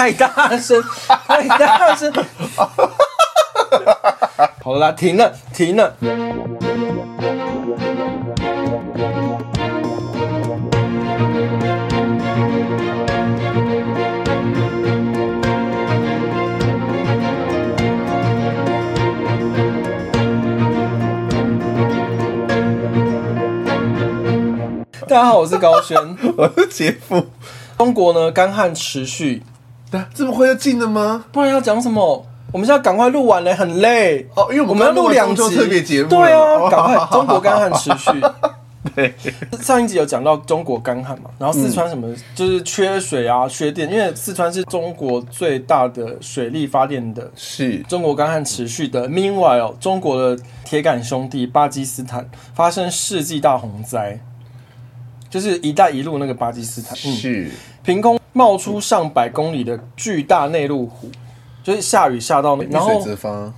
太大声，太大声。好了啦，停了。大家好，我是高轩， 我是杰夫。 中国呢，干旱持续， 这么快就进了吗？ 不然要讲什么？我们现在赶快录完了，很累哦，因为我们要录2集特别节目。 对啊，赶快！中国干旱持续。 对， 上一集有讲到中国干旱嘛，然后四川什么就是缺水啊、缺电，因为四川是中国最大的水力发电的， 是中国干旱持续的。Meanwhile， 中国的铁杆兄弟巴基斯坦发生世纪大洪灾。就是“一带一路”那个巴基斯坦， 是凭空冒出上百公里的巨大内陆湖，就是下雨下到然后遇水则发，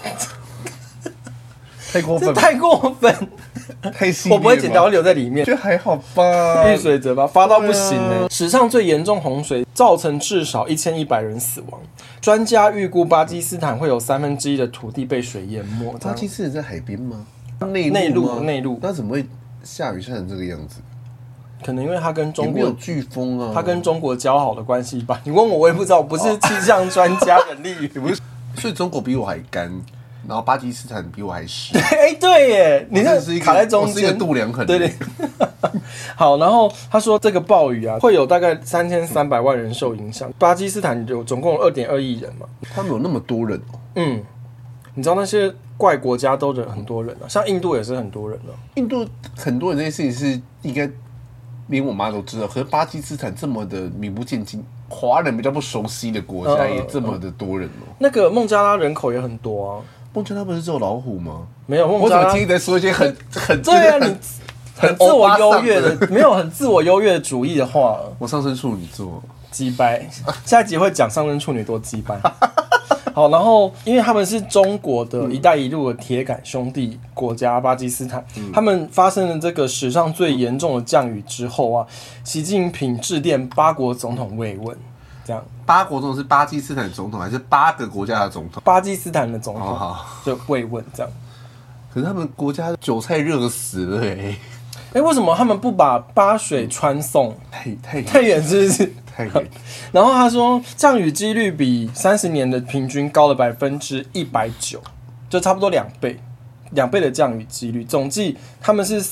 太过分， 太过分， 太细腻了。 我不会剪掉，我留在里面。 觉得还好吧， 遇水则发，发到不行呢。史上最严重洪水造成至少1100人死亡。专家预估巴基斯坦会有1/3的土地被水淹没。 巴基斯坦在海边吗？ 内陆， 那怎么会下雨下成这个样子？ 可能因为它跟中国有飓风啊， 它跟中国交好的关系吧。你问我，我也不知道，我不是气象专家人力语。 所以中国比我还干，然后巴基斯坦比我还湿。 对耶，你看卡在中间， 我是一个度量衡。 对。好，然后他说这个暴雨啊，会有大概3300万人受影响。巴基斯坦有总共有2.2亿人嘛， 他们有那么多人哦。 你知道那些怪国家都有很多人啊，像印度也是很多人啊。 印度很多人这件事情是应该。连我妈都知道，可是巴基斯坦这么的名不见经，华人比较不熟悉的国家也这么的多人哦。 那个孟加拉人口也很多啊。 孟加拉不是只有老虎吗？ 没有，孟加拉。 我怎么听你在说一些很对啊，你很自我优越的，没有很自我优越主义的话。 我上升处女座， 鸡掰。下一集会讲上升处女座鸡掰。好，然后因为他们是中国的一带一路的铁杆兄弟国家巴基斯坦，他们发生了这个史上最严重的降雨之后啊，习近平致电8国总统慰问，这样。 8国总统是巴基斯坦总统还是8个国家的总统？ 巴基斯坦的总统，就慰问这样。 可是他们国家韭菜热死了为什么他们不把巴水川送？太远是不是？ 太远。 然后他说，降雨几率比30年的平均高了190%，就差不多2倍的降雨几率。总计他们是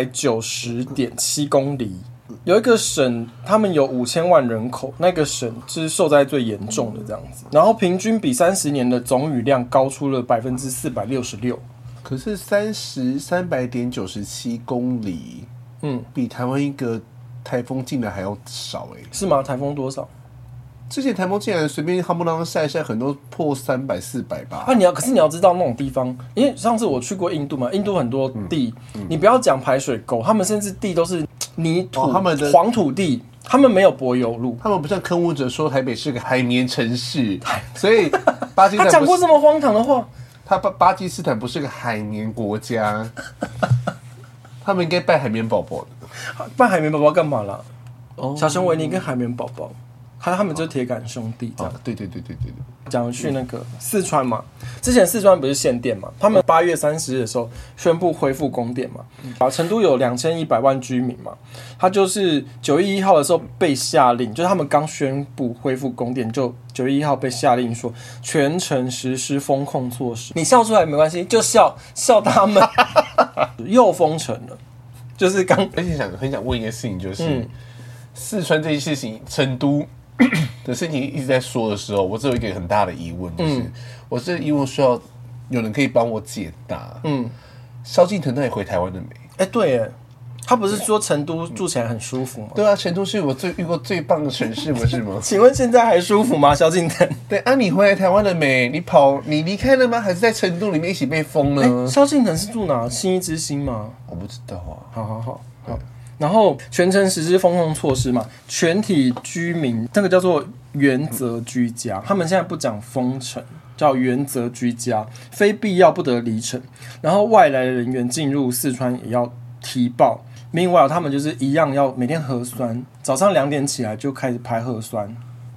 390.7公里。有一个省，他们有5000万人口，那个省是受灾最严重的这样子。然后平均比30年的总雨量高出了466%。 可是300.97公里，比台湾一个台风进来还要少是吗？台风多少？ 之前台风进来随便夯不啷晒很多破300、400吧。 可是你要知道那种地方，因为上次我去过印度嘛，印度很多地，你不要讲排水沟，他们甚至地都是泥土，他们的黄土地，他们没有柏油路， 他们不像坑污者说台北是个海绵城市，所以巴基斯坦他讲过这么荒唐的话。 巴基斯坦不是个海绵国家，他们应该拜海绵宝宝的。 拜海绵宝宝干嘛啦？小熊维尼跟海绵宝宝，他们就是铁杆兄弟这样。 对。 讲去那个四川嘛，之前四川不是限电嘛，他们8月30日的时候宣布恢复供电嘛。成都有2100万居民嘛，他就是9月1号的时候被下令，就是他们刚宣布恢复供电，就9月1号被下令说全城实施封控措施。你笑出来没关系，就笑他们又封城了。就是很想问一件事情，就是四川这件事情，成都的事情一直在说的时候，我只有一个很大的疑问，就是我这个疑问需要有人可以帮我解答。萧敬腾他也回台湾了没？ 对耶，他不是说成都住起来很舒服吗？ 对啊，成都是我遇过最棒的城市，不是吗？ 请问现在还舒服吗，萧敬腾？ 对啊，你回来台湾了没？你离开了吗？还是在成都里面一起被封呢？ 萧敬腾是住哪？信义之星吗？ 我不知道啊。 好。然后全城实施封控措施嘛，全体居民那个叫做原则居家，他们现在不讲封城，叫原则居家，非必要不得离城。然后外来的人员进入四川也要提报。Meanwhile，他们就是一样要每天核酸，早上2点起来就开始排核酸。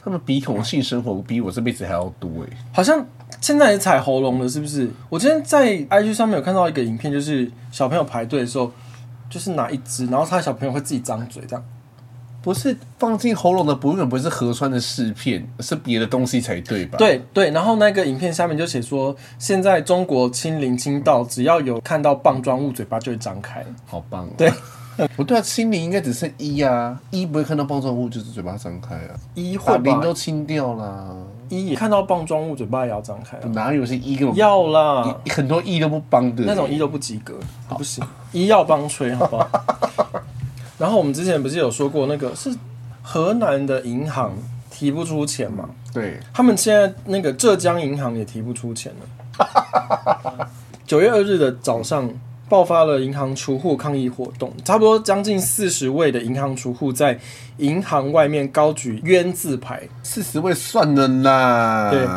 他们鼻孔性生活比我这辈子还要多好像现在也踩喉咙了，是不是？我今天在 IG 上面有看到一个影片，就是小朋友排队的时候，就是拿一支，然后他小朋友会自己张嘴这样。 不是放进喉咙的，永远不是河川的试片，是别的东西才对吧？ 对对，然后那个影片下面就写说，现在中国清零清到，只要有看到棒状物，嘴巴就会张开。 好棒哦！ 对。 不对啊，清零应该只剩一啊，一不会看到棒状物就是嘴巴张开啊， 一会把零都清掉啦， 一也看到棒状物嘴巴也要张开、啊， 哪有是一根本要啦， 很多一都不帮的， 那种一都不及格，不行，一要帮吹好不好？然后我们之前不是有说过，那个是河南的银行提不出钱嘛？ 对， 他们现在那个浙江银行也提不出钱了。9月2日的早上。爆发了银行储户抗议活动，差不多将近40位的银行储户在银行外面高举冤字牌。 40位算了啦，对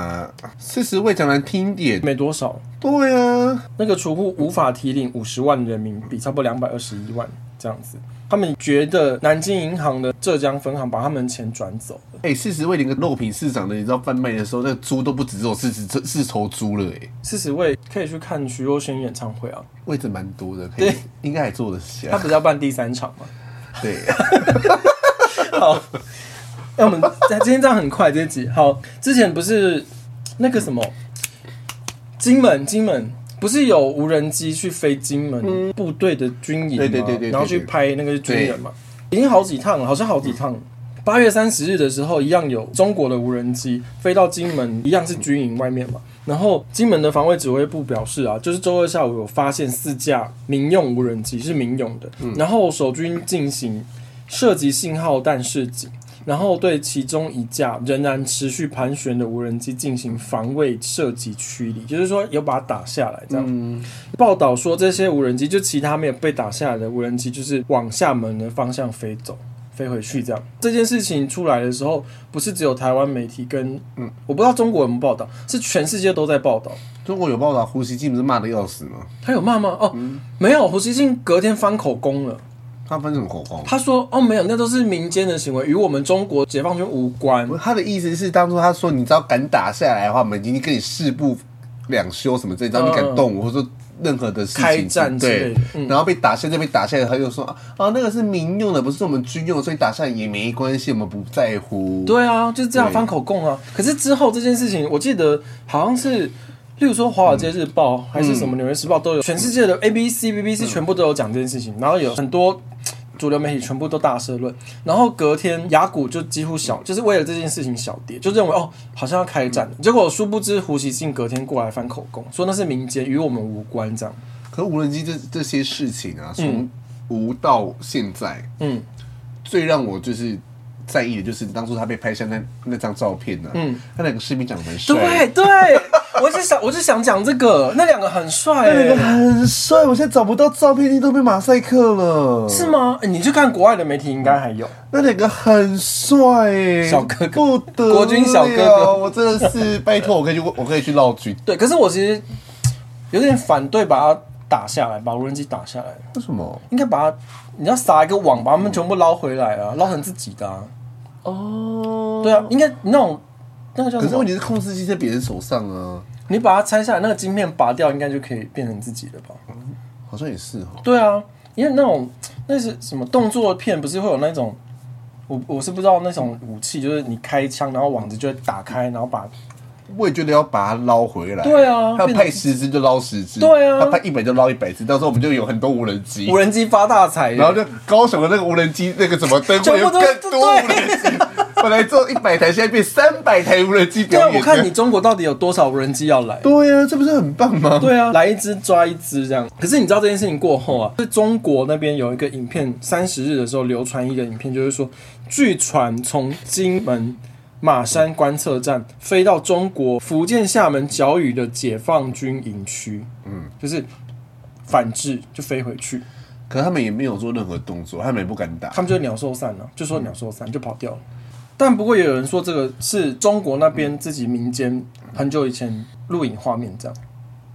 ，40位讲难听点， 没多少。 对啊， 那个储户无法提领50万人民币，差不多221万这样子。他们觉得南京银行的浙江分行把他们钱转走了。 40位连个肉品市场的，你知道贩卖的时候，那个猪都不只有4头猪了 40位可以去看徐若瑄演唱会啊， 位置蛮多的，可以，应该还坐得下。 他不是要办第3场吗？ 对。 好，那我们今天这样很快这一集。好，之前不是那个什么金门。不是有无人机去飞金门部队的军营吗？对，然后去拍那个军人嘛，已经好几趟了，好像好几趟。8月30日的时候，一样有中国的无人机飞到金门，一样是军营外面嘛。然后金门的防卫指挥部表示啊，就是周2下午有发现4架民用无人机，是民用的，然后守军进行射击信号弹示警。然后对其中一架仍然持续盘旋的无人机进行防卫射击驱离，就是说有把它打下来这样。报道说这些无人机就其他没有被打下来的无人机就是往厦门的方向飞回去这样。这件事情出来的时候，不是只有台湾媒体跟我不知道中国有没有报道，是全世界都在报道。 中国有报道，胡锡进不是骂得要死吗？ 他有骂吗？哦，没有，胡锡进隔天翻口供了。 他翻什么口供？ 他说：“哦，没有，那都是民间的行为，与我们中国解放军无关。” 他的意思是，当初他说，你只要敢打下来的话，我们已经跟你誓不两休什么这，只要你敢动我，或者说任何的事情， 开战之类的。 然后被打下来，他就说啊，那个是民用的，不是我们军用的，所以打下来也没关系，我们不在乎。 对啊，就是这样翻口供啊。可是之后这件事情，我记得好像是。例如说《华尔街日报》还是什么《纽约时报》都有，全世界的 ABC、BBC 全部都有讲这件事情，然后有很多主流媒体全部都大社论，然后隔天雅股就几乎就是为了这件事情小跌，就认为好像要开战了。结果殊不知胡锡进隔天过来翻口供，说那是民间，与我们无关这样。 可无人机这些事情啊，从无到现在，最让我就是在意的就是当初他被拍下那张照片呢，他两个士兵长得蛮帅， 对。我就想讲这个，那两个很帅， 那两个很帅。我现在找不到照片，你都被马赛克了， 是吗？你去看国外的媒体，应该还有。 那两个很帅， 小哥哥， 不得国军小哥哥， 我真的是拜托，我可以去绕军。 对，可是我其实有点反对把它打下来，把无人机打下来。 为什么？ 应该把它，你要撒一个网，把他们全部捞回来啊，捞成自己的啊。 哦， 对啊，应该那种。那个叫什么？ 可是问题是控制器在别人手上啊， 你把它拆下来，那个晶片拔掉，应该就可以变成自己的吧？ 好像也是哦。 对啊，因为那是什么动作片，不是会有那种，我是不知道那种武器，就是你开枪，然后网子就会打开，然后把。 我也觉得要把它捞回来。 对啊， 他派10只就捞10只。 对啊， 他派100就捞100只，到时候我们就有很多无人机。 无人机发大财， 然后就高雄的那个无人机那个什么灯会有更多无人机。本来做100台，现在变300台无人机表演。 对啊，我看你中国到底有多少无人机要来？ 对啊，这不是很棒吗？ 对啊，来一只抓一只这样。可是你知道这件事情过后啊，是中国那边有一个影片，30日的时候流传一个影片，就是说，据传从金门马山观测站飞到中国福建厦门角屿的解放军营区，就是反制就飞回去。 可是他们也没有做任何动作，他们也不敢打， 他们就鸟兽散了，就说鸟兽散就跑掉了。但不过也有人说这个是中国那边自己民间很久以前录影画面这样。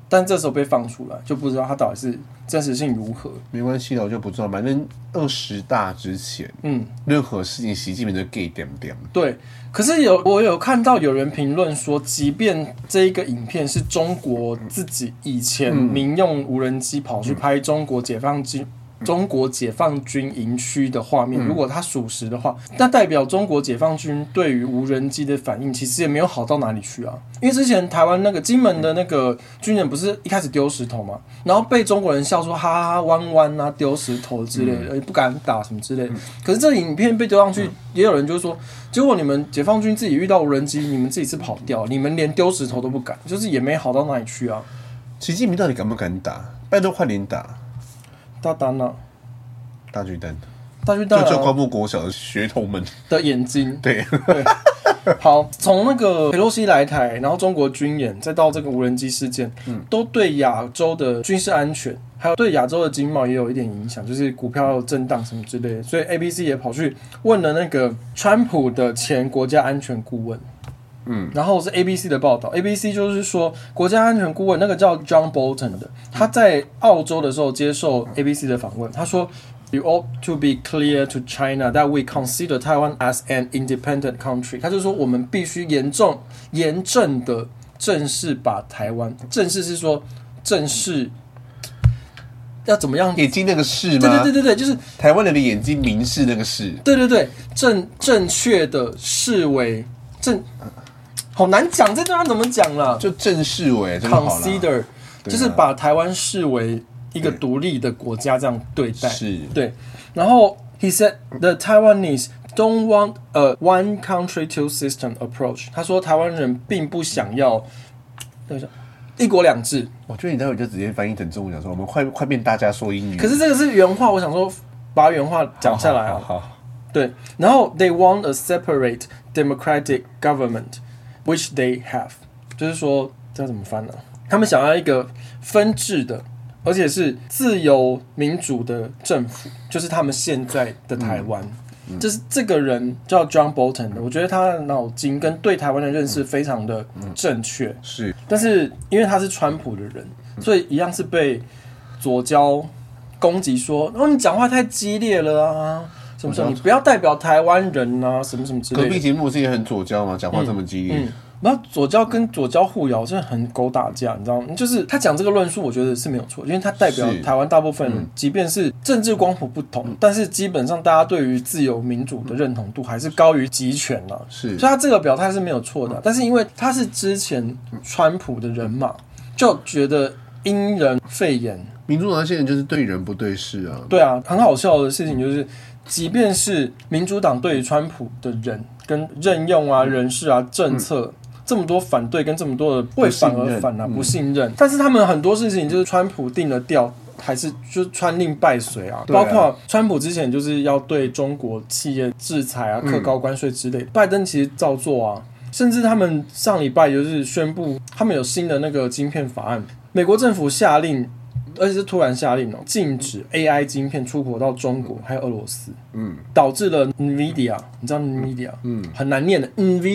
但这时候被放出来，就不知道它到底是真实性如何。 没关系的，我就不知道。反正20大之前，任何事情习近平都 gay 点点。 对，可是我有看到有人评论说，即便这一个影片是中国自己以前民用无人机跑去拍中国解放军营区的画面，如果它属实的话，那代表中国解放军对于无人机的反应其实也没有好到哪里去啊。因为之前台湾那个金门的那个军人不是一开始丢石头嘛，然后被中国人笑说哈哈弯弯啊丢石头之类的，不敢打什么之类的。可是这个影片被丢上去，也有人就说，结果你们解放军自己遇到无人机，你们自己是跑掉，你们连丢石头都不敢，就是也没好到哪里去啊。 习近平到底敢不敢打？拜托快点打！ 大单啊， 大巨蛋，就光复国小的学童们的眼睛， 对。 好，从那个佩洛西来台，然后中国军演，再到这个无人机事件，都对亚洲的军事安全，还有对亚洲的经贸也有一点影响，就是股票震荡什么之类的。所以 ABC 也跑去问了那个川普的前国家安全顾问。然后是 ABC 的报道 ，ABC 就是说国家安全顾问那个叫 John Bolton 的，他在澳洲的时候接受 ABC 的访问，他说 ：“You ought to be clear to China that we consider Taiwan as an independent country。”他就说我们必须严正的正式把台湾，正式是说正式要怎么样？ 眼睛那个视吗？ 对，就是台湾人的眼睛明示那个视。 对，正确的视为好难讲，这段怎么讲啦？ 就正视为 consider， 就是把台湾视为一个独立的国家这样对待。 是， 对。然后 he said the Taiwanese don't want a one country two system approach。他说台湾人并不想要一国两制。 我觉得你待会就直接翻译成中文讲说，我们快变大家说英语。 可是这个是原话，我想说把原话讲下来啊。 好。 对，然后 they want a separate democratic government。Which they have， 就是说这怎么翻呢？他们想要一个分治的，而且是自由民主的政府，就是他们现在的台湾。就是这个人叫 John Bolton 的，我觉得他的脑筋跟对台湾的认识非常的正确。 是， 但是因为他是川普的人，所以一样是被左交攻击说，你讲话太激烈了啊。什么？你不要代表台湾人啊，什么之类的。 隔壁节目是也很左交吗？讲话这么激烈。 然后左交跟左交互咬真的很狗打架，你知道吗？就是他讲这个论述，我觉得是没有错，因为他代表台湾大部分人，即便是政治光谱不同，但是基本上大家对于自由民主的认同度还是高于集权啦。 是， 所以他这个表态是没有错的。但是因为他是之前川普的人嘛，就觉得因人废言。 民主党那些人就是对人不对事啊。 对啊，很好笑的事情就是，即便是民主党对于川普的人跟任用啊、人事啊、政策。这么多反对跟这么多的为反而反啊，不信任，但是他们很多事情就是川普定了调，还是就是川令败随啊。包括川普之前就是要对中国企业制裁啊、课高关税之类的，拜登其实照做啊，甚至他们上礼拜就是宣布他们有新的那个晶片法案，美国政府下令，而且是突然下令禁止 AI 晶片出口到中国还有俄罗斯，导致了 NVIDIA， 你知道 NVIDIA，很难念的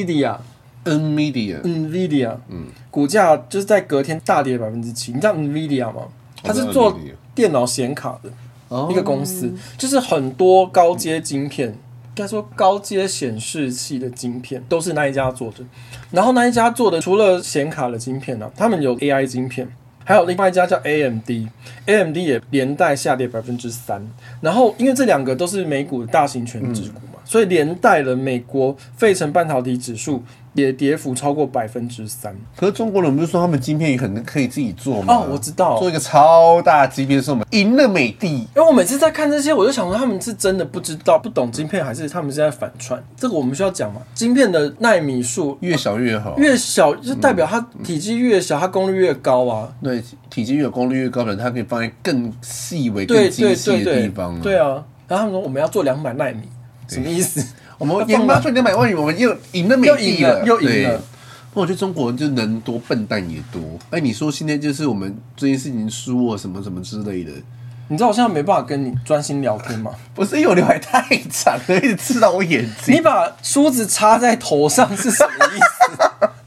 NVIDIA， 股价就是在隔天大跌7%。你知道 NVIDIA 吗？它是做电脑显卡的一个公司，就是很多高阶晶片，应该说高阶显示器的晶片都是那一家做的。然后那一家做的除了显卡的晶片呢，他们有 AI 晶片。还有另外一家叫 AMD 也连带下跌3%。然后因为这两个都是美股的大型权值股嘛，所以连带了美国费城半导体指数也跌幅超过3%。 可是中国人不是说他们晶片很可以自己做吗？ 我知道， 做一个超大晶片是我们赢了美帝。 因为我每次在看这些，我就想说他们是真的不知道、不懂晶片，还是他们是在反串？这个我们需要讲嘛？晶片的奈米数越小越好， 越小就代表它体积越小，它功率越高啊。 对，体积越有功率越高的，它可以放在更细微、更精细的地方。 对啊，然后他们说我们要做200奈米，什么意思？ 我们研发出200万元，我们又赢了美帝了， 又赢了。 我觉得中国人就能多，笨蛋也多。你说现在就是我们这件事情输啊，什么什么之类的。 你知道我现在没办法跟你专心聊天吗？ 不是因为我刘海太长了，一直刺到我眼睛。 你把梳子插在头上是什么意思？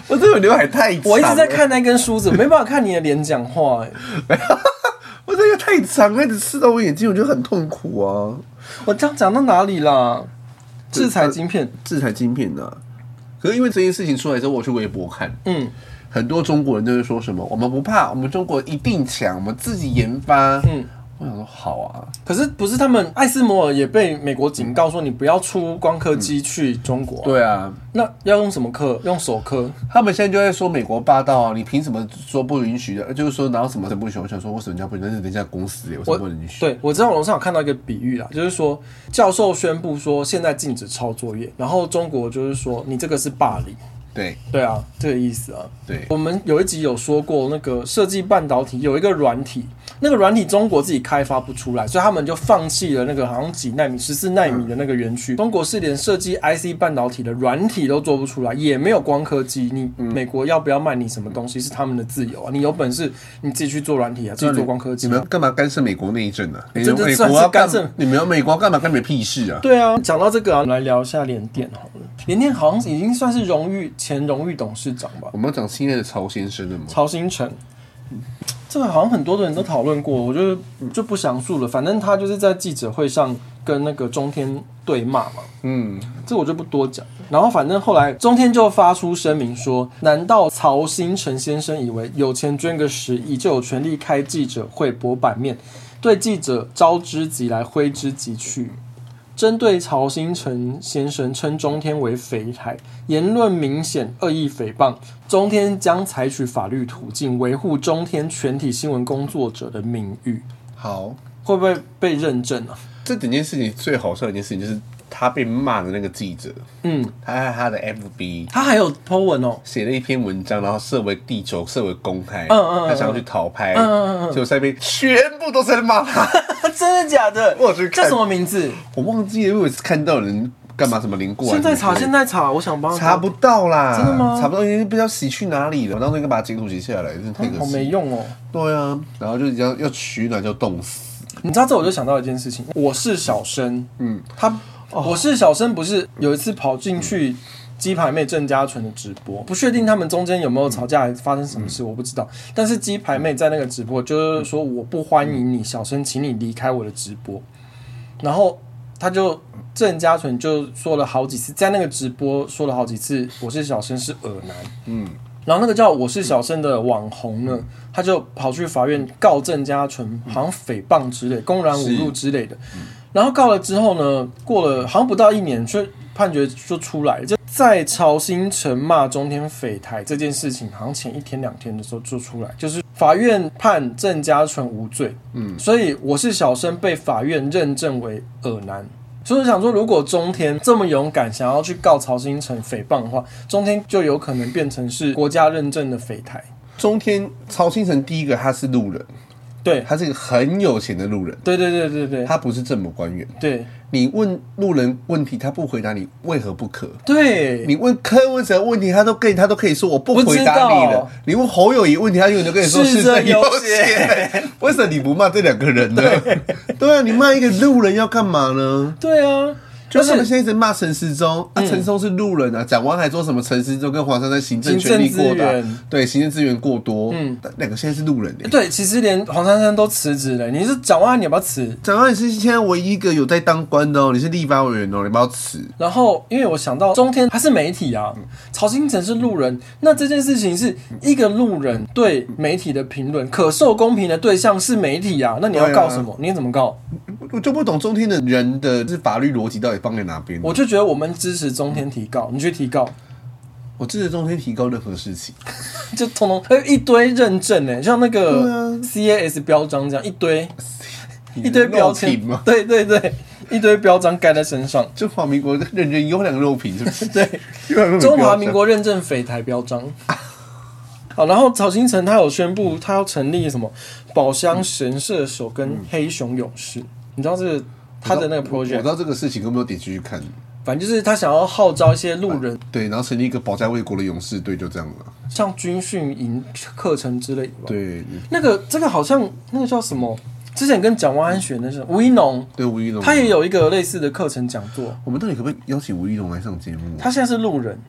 我这个刘海太长了， 我一直在看那根梳子，没办法看你的脸讲话我这个太长，一直刺到我眼睛，我觉得很痛苦啊。 我这样讲到哪里啦？制裁晶片， 啊。可是因为这件事情出来之后，我去微博看，很多中国人都会说什么，我们不怕，我们中国一定强，我们自己研发，我想说好啊， 可是不是他们艾斯摩尔也被美国警告说你不要出光刻机去中国、 对啊， 那要用什么刻？用手刻？ 他们现在就在说美国霸道啊，你凭什么说不允许的？就是说哪有什么不允许？我想说为什么人家不允许？那是人家公司耶，为什么不允许？ 对，我知道网络上有看到一个比喻啦，就是说教授宣布说现在禁止抄作业，然后中国就是说你这个是霸凌。 对啊，这个意思啊。 对， 我们有一集有说过，那个设计半导体有一个软体，那个软体中国自己开发不出来，所以他们就放弃了那个好像几奈米、14奈米的那个园区。中国是连设计 IC 半导体的软体都做不出来，也没有光刻机。你美国要不要卖你什么东西是他们的自由啊，你有本事你自己去做软体啊，自己做光刻机、 你们干嘛干涉美国内政啊？ 这美国要干涉你们美国干嘛干你们屁事啊？ 对啊，讲到这个啊，来聊一下联电好了。联电好像已经算是前荣誉董事长吧。 我们要讲现在的曹先生了吗？ 曹兴诚，这个好像很多的人都讨论过，我就不详述了。反正他就是在记者会上跟那个中天对骂嘛，这我就不多讲。然后反正后来中天就发出声明说，难道曹兴诚先生以为有钱捐个10亿就有权利开记者会博版面，对记者招之即来挥之即去？针对曹兴诚先生称中天为匪台，言论明显恶意诽谤，中天将采取法律途径维护中天全体新闻工作者的名誉。 好， 会不会被认证啊？ 这整件事情最好笑的一件事情就是他被骂的那个记者，他在他的 FB， 他还有 po 文哦， 写了一篇文章，然后设为地球，设为公开，他想要去讨拍，结果在那边全部都在骂他， 真的假的？ 我去看叫什么名字？ 我忘记了，因为我是看到人干嘛什么零过来， 现在查，我想帮他查不到啦， 真的吗？ 查不到，因为不知道洗去哪里了。我当时应该把它截图截下来，真的太可惜， 好没用哦。 对啊，然后就要取暖就冻死。 你知道这我就想到一件事情，我是小生，我是小生不是有一次跑进去鸡排妹郑家纯的直播，不确定他们中间有没有吵架，还是发生什么事，我不知道。但是鸡排妹在那个直播就是说我不欢迎你，小生，请你离开我的直播。然后他就郑家纯就说了好几次，在那个直播说了好几次，我是小生是恶男，然后那个叫我是小生的网红呢，他就跑去法院告郑家纯，好像诽谤之类、公然侮辱之类的。然后告了之后呢，过了好像不到1年，就判决就出来，就在曹兴诚骂中天匪台这件事情，好像前1天2天的时候就出来，就是法院判郑家纯无罪，所以我是小生被法院认证为恶男。所以我想说，如果中天这么勇敢，想要去告曹兴诚诽谤的话，中天就有可能变成是国家认证的匪台。 中天曹兴诚第一个他是路人， 对， 他是一个很有钱的路人， 对， 他不是政府官员。 对， 你问路人问题，他不回答你，为何不可？ 对， 你问柯文哲问题，他都可以说我不回答你了。你问侯友宜问题，他永远都跟你说是这优先。为什么你不骂这2个人呢？对啊，你骂一个路人要干嘛呢？ 对啊。 就是他们现在一直骂陈时中，陈时中是路人啊。蒋万还说什么陈时中跟黄珊珊行政权力过大，对，行政资源过多。2个现在是路人。 对，其实连黄珊珊都辞职了。你是蒋万，你要不要辞？ 蒋万你是现在唯一一个有在当官的哦，你是立法委员哦，你要不要辞？ 然后，因为我想到中天他是媒体啊，曹兴诚是路人，那这件事情是一个路人对媒体的评论，可受公平的对象是媒体啊，那你要告什么？你怎么告？ 我就不懂中天的人的法律逻辑到底放在哪边。 我就觉得我们支持中天提告，你去提告。 我支持中天提高任何事情， 就通通还有一堆认证呢，像那个 CAS 标章这样一堆标签，对，一堆标章盖在身上。 中华民国认证优良肉品是不是？ 对，中华民国认证匪台标章。好，然后曹兴诚他有宣布他要成立什么宝箱神射手跟黑熊勇士，你知道这个他的那个 project？ 我知道这个事情，有没有点进去看？ 反正就是他想要号召一些路人， 对，然后成立一个保家卫国的勇士队，就这样了。 像军训营课程之类的吧。 对， 这个好像那个叫什么？之前跟蒋万安学的是吴一农， 对吴一农， 他也有一个类似的课程讲座。 我们到底可不可以邀请吴一农来上节目？ 他现在是路人，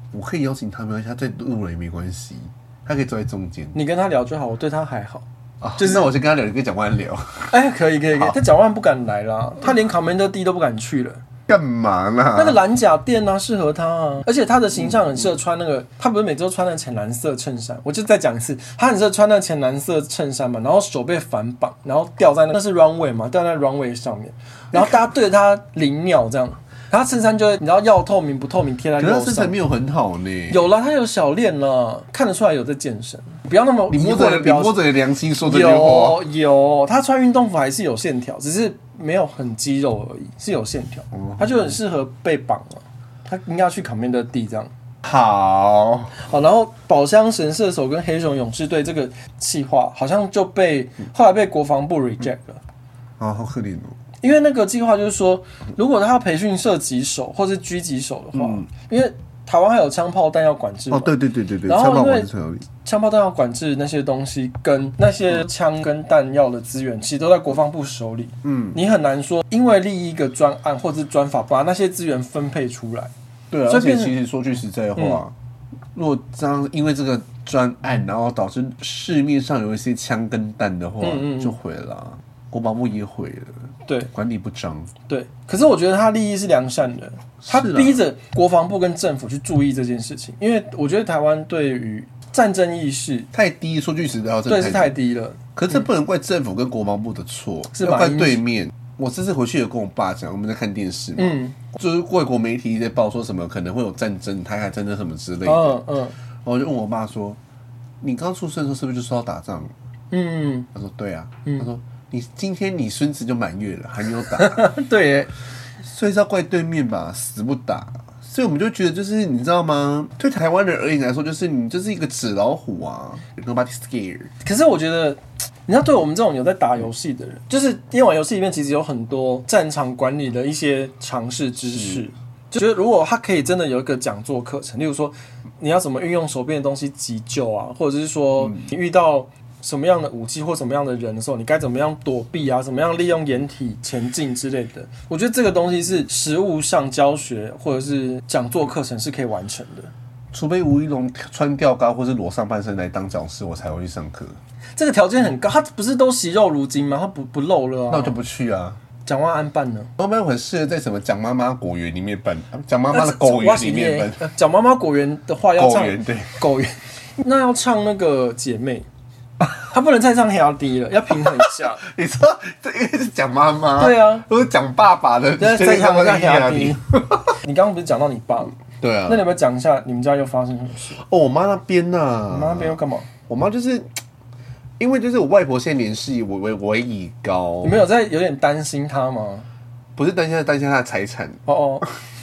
我可以邀请他，没关系，他在路人也没关系，他可以坐在中间。 你跟他聊就好，我对他还好。 就是那我先跟他聊，你跟蒋万安聊。 可以，他蒋万安不敢来啦，他连 Commander D 都不敢去了。 干嘛呢？ 那个蓝甲店啊，适合他啊，而且他的形象很适合穿那个，他不是每周穿那个浅蓝色衬衫，我就再讲一次，他很适合穿那个浅蓝色衬衫嘛，然后手被反绑，然后吊在那是 runway 嘛，吊在 runway 上面，然后大家对着他淋尿这样，然后衬衫就会你知道要透明不透明贴在肉上， 可是他身材没有很好呢。 有啦，他有小练啦，看得出来有在健身，不要那么你摸着良心说这句话。 有，他穿运动服还是有线条，只是没有很肌肉而已，是有线条，他就很适合被绑了。他应该要去Commander D这样。好，然后宝箱神射手跟黑熊勇士队这个企划好像就后来被国防部 reject 了。 好可怜哦。 因为那个计划就是说，如果他要培训射击手或是狙击手的话，因为台湾还有枪炮弹药管制嘛。 对， 然后因为枪炮弹药管制那些东西跟那些枪跟弹药的资源，其实都在国防部手里。你很难说因为立一个专案或者是专法把那些资源分配出来。 对啊，而且其实说句实在话，如果这样因为这个专案，然后导致市面上有一些枪跟弹的话，就毁了。国防部也毁了， 对， 管理不彰， 对。可是我觉得他利益是良善的，他逼着国防部跟政府去注意这件事情，因为我觉得台湾对于战争意识太低，说句实在话， 对，是太低了。 可是这不能怪政府跟国防部的错， 是要怪对面。我这次回去有跟我爸讲，我们在看电视嘛，就是外国媒体在报说什么可能会有战争、台海战争什么之类的，我就问我爸说：“你刚出生的时候是不是就说要打仗？”他说：“对啊。”他说。今天你孙子就满月了，还没有打， 对耶， 所以是要怪对面吧，死不打，所以我们就觉得就是你知道吗？对台湾人而言来说，就是你就是一个纸老虎啊 ，nobody scared。 可是我觉得，你要对我们这种有在打游戏的人，就是电玩游戏里面其实有很多战场管理的一些常识知识，就觉得如果他可以真的有一个讲座课程，例如说你要怎么运用手边的东西急救啊，或者是说你遇到什么样的武器或什么样的人的时候，你该怎么样躲避啊？怎么样利用掩体前进之类的？我觉得这个东西是实务上教学或者是讲座课程是可以完成的。 除非吴一龙穿吊高或是裸上半身来当讲师，我才会去上课。 这个条件很高，他不是都惜肉如金吗？他不露了啊。 那我就不去啊。 蒋万安办呢？ 蒋万安很适合在什么蒋妈妈果园里面办，蒋妈妈的狗园里面办。 蒋妈妈果园的话要唱狗园，对， 狗园，那要唱那个姐妹。他不能再唱黑压低了，要平衡一下。 你说这因为是讲妈妈， 对啊， 都是讲爸爸的， 再唱一下黑压低。你刚刚不是讲到你爸吗？ 对啊， 那你有没有讲一下你们家又发生什么事？ 我妈那边呐， 你妈那边又干嘛？ 我妈就是因为就是我外婆现在年事为已高， 你们有有点担心她吗？ 不是担心她，担心她的财产。 哦，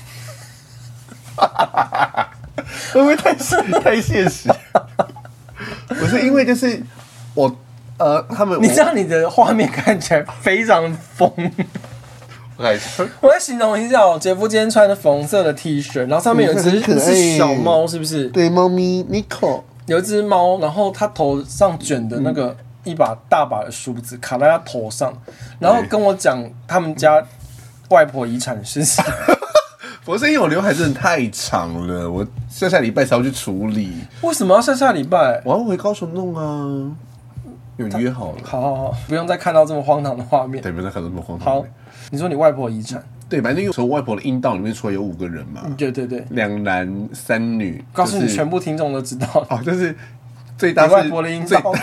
会不会太现实？不是因为就是我他们， 你知道你的画面看起来非常疯。我来形容一下哦，杰夫今天穿的粉红色的 T 恤，然后上面有一只小猫，是不是？ 对，猫咪 Nico 有一只猫，然后它头上卷的那个一把大把的梳子卡在它头上，然后跟我讲他们家外婆遗产的事情。 不是因为我刘海真的太长了，我下礼拜才要去处理。 为什么要下礼拜？ 我要回高雄弄啊，有约好了。 好，不用再看到这么荒唐的画面。 对，不用再看到这么荒唐。 好，你说你外婆遗产？ 对，反正从外婆的阴道里面出来有5个人嘛。 对 ，2男3女。 告诉你，全部听众都知道。 哦，就是最大是外婆的阴道。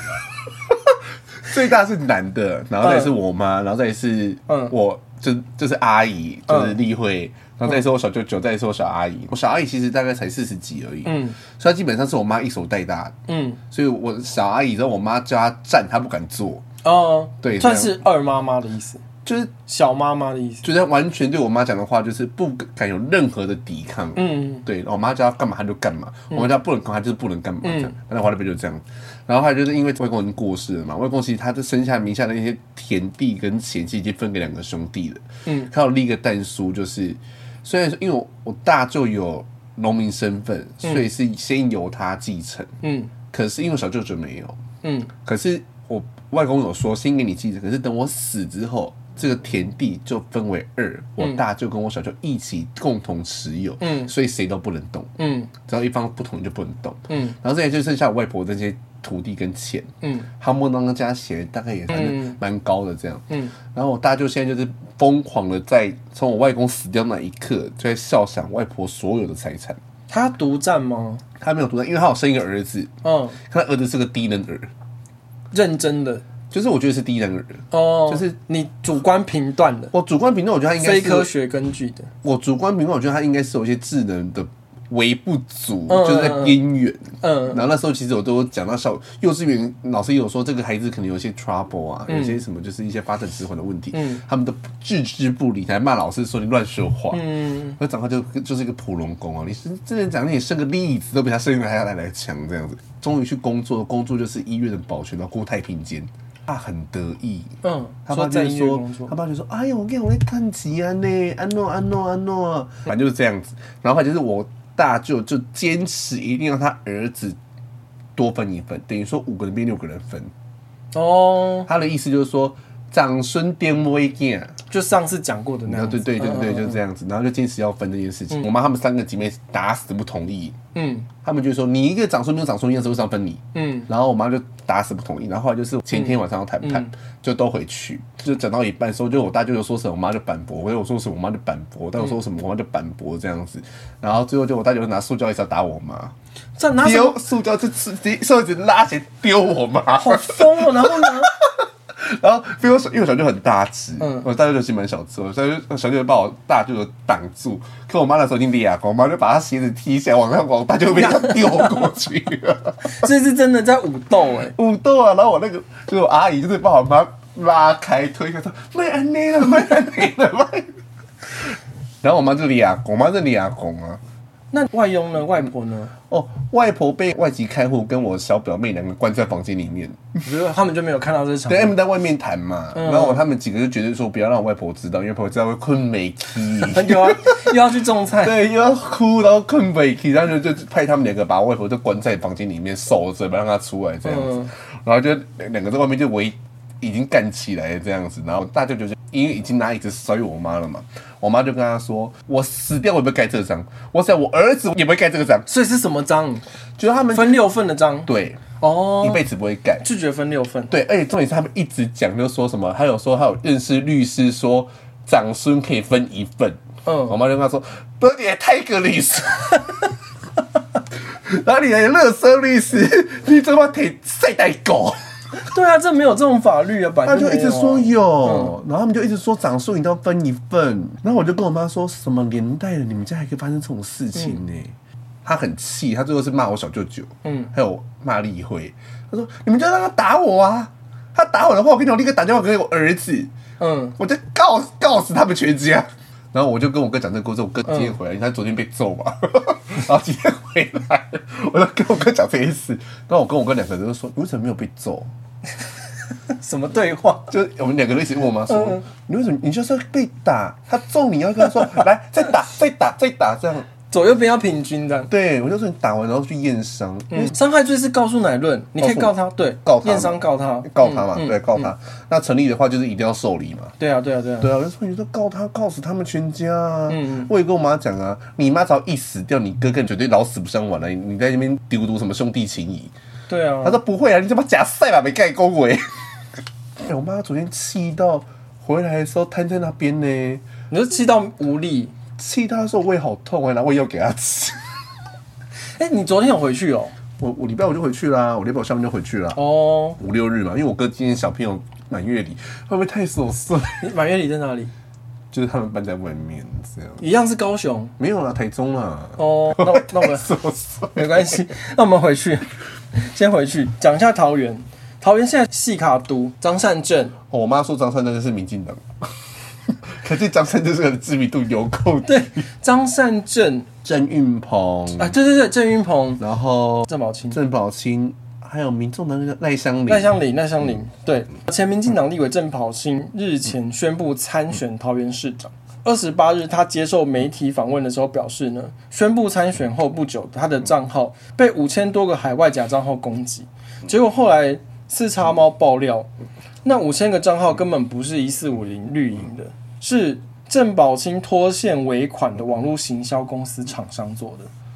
最大是男的，然后再是我妈，然后再是我，就是阿姨，就是丽慧。然后再是我小舅舅，再是我小阿姨。我小阿姨其实大概才40几而已，所以她基本上是我妈一手带大的，所以我小阿姨之后，我妈叫她站，她不敢坐，对， 算是二妈妈的意思， 就是小妈妈的意思， 就是完全对我妈讲的话，就是不敢有任何的抵抗，对，我妈叫她干嘛她就干嘛，我妈叫她不能干嘛她就是不能干嘛，这样，那华那边就这样。然后还就是因为外公已经过世了嘛，外公其实他生下名下的那些田地跟钱，其实已经分给2个兄弟了，他有立一个但书，就是虽然说因为我大舅有农民身份，所以是先由他继承，可是因为小舅舅没有，可是我外公有说先给你继承，可是等我死之后，这个田地就分为2，我大舅跟我小舅一起共同持有，所以谁都不能动， 只要一方不同意就不能动。然后这也就剩下我外婆这些土地跟钱，他们当家起来大概也蛮高的这样。然后我大舅现在就是疯狂的在从我外公死掉那一刻就在笑想外婆所有的财产。 他独占吗？ 他没有独占，因为他有生一个儿子。他儿子是个低能儿， 认真的。 就是我觉得是低能儿就是你主观评断的。 我主观评断，我觉得他应该是非科学根据的。 我主观评断，我觉得他应该是有一些智能的微不足，就是在边缘。然后那时候其实我都讲到幼稚园老师也有说，这个孩子可能有些 trouble 啊，有些什么就是一些发展迟缓的问题，他们都置之不理，还骂老师说你乱说话。那长大就是一个普龙工啊，你是真的讲你生个例子都比他生的还要来强这样子。终于去工作就是医院的保全，然后顾太平间。他很得意，他爸就是说，哎呀，我跟我在看齐啊呢，安诺，反正就是这样子。然后就是我大舅就坚持一定要他儿子多分一份，等于说5个人变6个人分。他的意思就是说，长孙颠威囝， 就上次讲过的那样子。 对，就是这样子。然后就坚持要分这件事情。我妈他们3个姐妹打死不同意。他们就说你一个长孙没有长孙一样，是不是要分你？然后我妈就打死不同意。然后后来就是前一天晚上要谈判，就都回去，就讲到一半的时候，就我大舅就说什么，我妈就反驳；我说什么，我妈就反驳；但我说什么，我妈就反驳这样子。然后最后就我大舅就拿塑胶一直打我妈，丢塑胶就直接手指拉起来丢我妈， 好疯哦！然后呢？ 然后因为我小舅很大只，我大舅就其实蛮小只，我小舅就把我大舅的挡住。可我妈那时候已经裂牙膏，我妈就把他鞋子踢下来，往大舅边上丢过去了。 这是真的在武斗武斗啊！然后我那个就是我阿姨，就是把我妈拉开推开说：“卖安内了。”然后我妈就裂牙膏，我妈是裂牙膏啊。 那外佣呢？外婆呢？ 外婆被外籍看护跟我小表妹2个关在房间里面， 他们就没有看到这场。 对，他们在外面谈嘛。然后他们几个就觉得说不要让我外婆知道，因为外婆知道会困没起， 又要去种菜， 对，又要哭，然后困没起，然后就派他们2个把我外婆就关在房间里面守着，不让她出来这样子。然后就2个在外面就已经干起来了这样子。然后大舅就是因为已经拿椅子摔我妈了嘛。我妈就跟他说：“我死掉我也不会盖这张，我死掉我儿子也不会盖这个章。” 所以是什么章？ 就是他们分6份的章。 对，一辈子不会盖， 拒绝分6份。 对，而且重点是他们一直讲，就说什么，他有认识律师说长孙可以分1份。我妈就跟他说：“不是，你也太个律师，然后你还垃圾律师，你怎么可以晒代狗？” 对啊，这没有这种法律啊， 他就一直说有，然后他们就一直说长孙一定要分1份，然后我就跟我妈说什么年代了，你们家还可以发生这种事情呢？他很气，他最后是骂我小舅舅，还有骂立辉，他说你们就让他打我啊，他打我的话，我跟你讲，我立刻打电话给我儿子，我就告死他们全家。然后我就跟我哥讲这个故事，我哥今天回来，他昨天被揍嘛，然后今天回来，我就跟我哥讲这件事，然后我跟我哥2个人就说，你为什么没有被揍？ 什么对话？ 就我们2个人一起问我妈说，你为什么你就是要被打？他揍你要跟他说，来再打这样。 左右边要平均的。 对，我就说你打完然后去验伤， 伤害罪是告诉乃论，你可以告他，对， 告他验伤告他嘛，对，告他。那成立的话就是一定要受理嘛。 对啊，我就说你说告他，告死他们全家啊。我也跟我妈讲啊，你妈只要一死掉，你哥跟绝对老死不相往来，你在那边丢毒什么兄弟情谊？ 对啊， 他说不会啊，你怎么假赛吧，没盖恭维。我妈昨天气到回来的时候瘫在那边呢， 你就气到无力。 气他说胃好痛，拿胃药给他吃。 你昨天有回去哦？ 我礼拜5就回去啦，我礼拜5下面就回去啦。5、6日嘛，因为我哥今天小朋友满月礼，会不会太琐碎？ 满月礼在哪里？ 就是他们搬在外面这样。 一样是高雄？ 没有啦，台中啦。 那我们没关系，那我们回去，先回去讲一下桃园。桃园现在细卡都张善政， 我妈说张善政是民进党。可是张善政这个知名度有够低。 对，张善政、 郑运鹏啊，对，郑运鹏， 然后郑宝清，还有民众党的赖香伶，对，前民进党立委郑宝清日前宣布参选桃园市长。28日，他接受媒体访问的时候表示呢，宣布参选后不久，他的账号被5000多个海外假账号攻击，结果后来四叉猫爆料，那5000个账号根本不是1450绿营的。是郑宝清拖线尾款的网络行销公司厂商做的。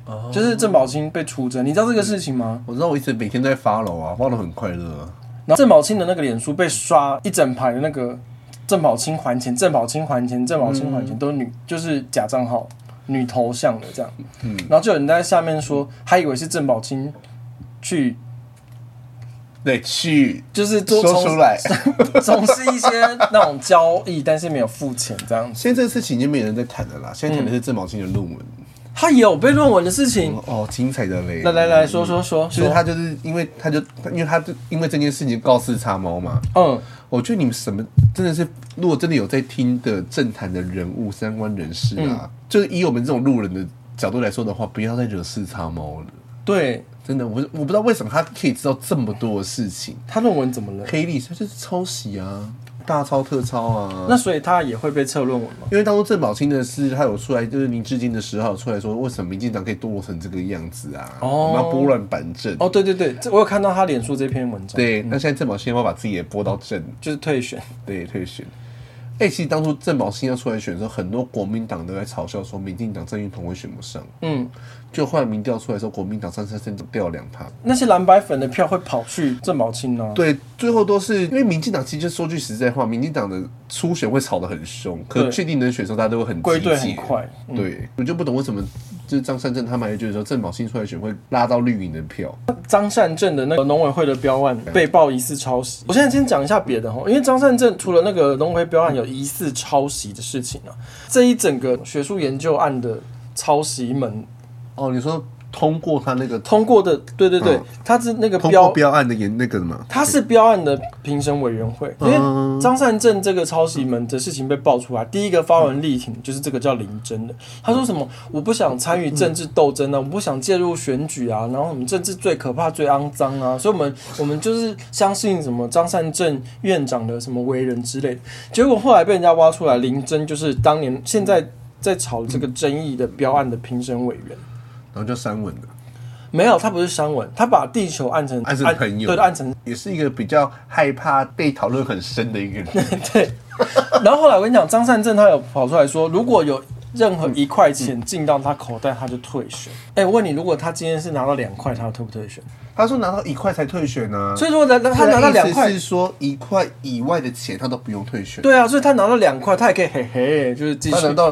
就是郑宝清被出征，你知道这个事情吗？ 我知道，我一直每天都在follow啊，follow很快乐啊。 然后郑宝清的那个脸书被刷一整排的那个郑宝清还钱，郑宝清还钱，郑宝清还钱，都是就是假账号、女头像的这样。然后就有人在下面说，还以为是郑宝清去。 对，去就是说出来， 总是一些那种交易，但是没有付钱这样子。 现在这个事情已经没人在谈了啦，现在谈的是郑宝清的论文。 他也有背论文的事情哦，精彩的嘞！ 来说， 就是他就是因为这件事情告四叉猫嘛。我觉得你们什么真的是，如果真的有在听的政坛的人物、相关人士啊，就是以我们这种路人的角度来说的话，不要再惹四叉猫了。 对。 真的，我不知道为什么他可以知道这么多的事情。 他论文怎么了？ 黑历史，他就是抄袭啊，大抄特抄啊。 那所以他也会被撤论文吗？ 因为当初郑宝清的事，他有出来，就是林志坚的10号出来说，为什么民进党可以堕落成这个样子啊？我们要拨乱反正。 哦，对，我有看到他脸书这篇文章。 对，那现在郑宝清要把自己也拨到正， 就是退选。 对，退选。其实当初郑宝清要出来选的时候，很多国民党都在嘲笑说，民进党郑运鹏会选不上。就后来民调出来的时候，国民党3%掉了2%。 那些蓝白粉的票会跑去郑宝清呢？ 对，最后都是因为民进党其实说句实在话，民进党的初选会吵得很凶，可确定能选的时候，大家都会很归队很快。 对，我就不懂为什么就是张善政他们还觉得说郑宝清出来选会拉到绿营的票。 张善政的那个农委会的标案被曝疑似抄袭。我现在先讲一下别的，因为张善政除了那个农委会标案有疑似抄袭的事情啊，这一整个学术研究案的抄袭门。 你说通过他那个通过的，对，他是那个通过标案的那个嘛， 他是标案的评审委员会。因为张善政这个抄袭门的事情被爆出来，第一个发文力挺就是这个叫林真的，他说什么我不想参与政治斗争啊，我不想介入选举啊，然后什么政治最可怕最肮脏啊，所以我们就是相信什么张善政院长的什么为人之类的。结果后来被人家挖出来，林真就是当年现在在炒这个争议的标案的评审委员。 然后就删文的， 没有，他不是删文，他把地球按成朋友， 对，按成也是一个比较害怕被讨论很深的一个人。 对，然后后来我跟你讲，张善政他有跑出来说，如果有任何1块钱进到他口袋，他就退选。我问你，如果他今天是拿到2块，他退不退选？ 他说拿到1块才退选啊， 所以说他拿到2块， 是说1块以外的钱他都不用退选。 对啊，所以他拿到2块，他也可以嘿嘿，就是继续。 他拿到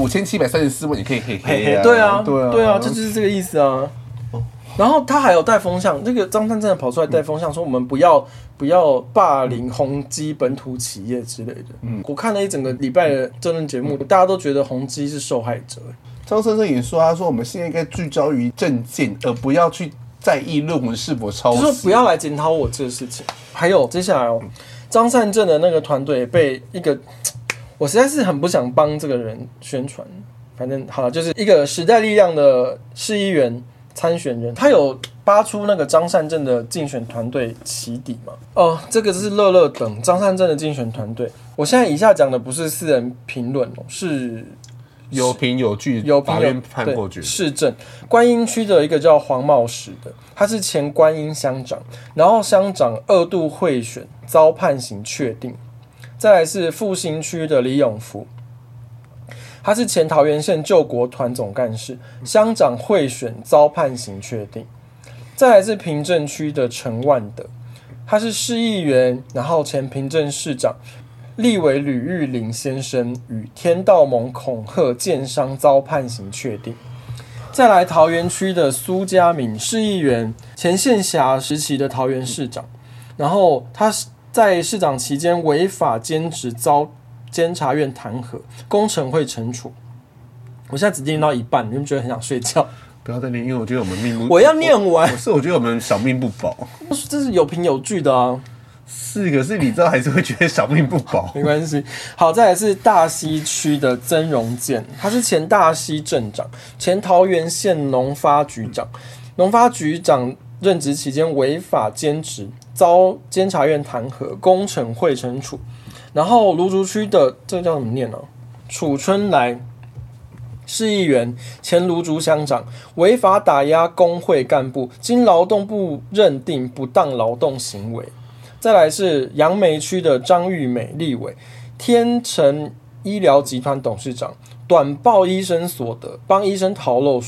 5734万，也可以嘿嘿啊。 对啊，就是这个意思啊。然后他还有带风向，这个张善政跑出来带风向，说我们不要霸凌宏基本土企业之类的。我看了一整个礼拜的政论节目，大家都觉得宏基是受害者。 张善政也说，他说我们现在应该聚焦于政见，而不要去在意论文是否抄袭， 就是说不要来检讨我这个事情。还有接下来张善政的那个团队被一个，我实在是很不想帮这个人宣传。反正好了，就是一个时代力量的市议员参选人，他有扒出那个张善政的竞选团队起底嘛？这个是乐乐等张善政的竞选团队。我现在以下讲的不是私人评论是有凭有据，法院判过决。 市政观音区的一个叫黄茂实的，他是前观音乡长，然后乡长2度贿选遭判刑确定。再来是复兴区的李永福，他是前桃园县救国团总干事，乡长贿选遭判刑确定。再来是平镇区的陈万德，他是市议员，然后前平镇市长，立委吕玉玲先生与天道盟恐吓建商遭判刑确定。再来桃园区的苏家敏，市议员，前县辖时期的桃园市长，然后他在市长期间违法兼职遭监察院弹劾，工程会惩处。我现在只念到一半，你们觉得很想睡觉？ 不要再念，因为我觉得我们命我要念完。 我觉得我们小命不保。 这是有凭有据的啊。 可是你知道还是会觉得小命不保。 没关系。好，再来是大溪区的曾荣健，他是前大溪镇长，前桃园县农发局长。农发局长任职期间违法兼职，遭监察院弹劾，工程会惩处。然后芦竹区的这个叫怎么念呢？楚春来，市议员，前芦竹乡长，违法打压工会干部，经劳动部认定不当劳动行为。再来是杨梅区的张玉美立委，天成医疗集团董事长，短报医生所得，帮医生逃漏税，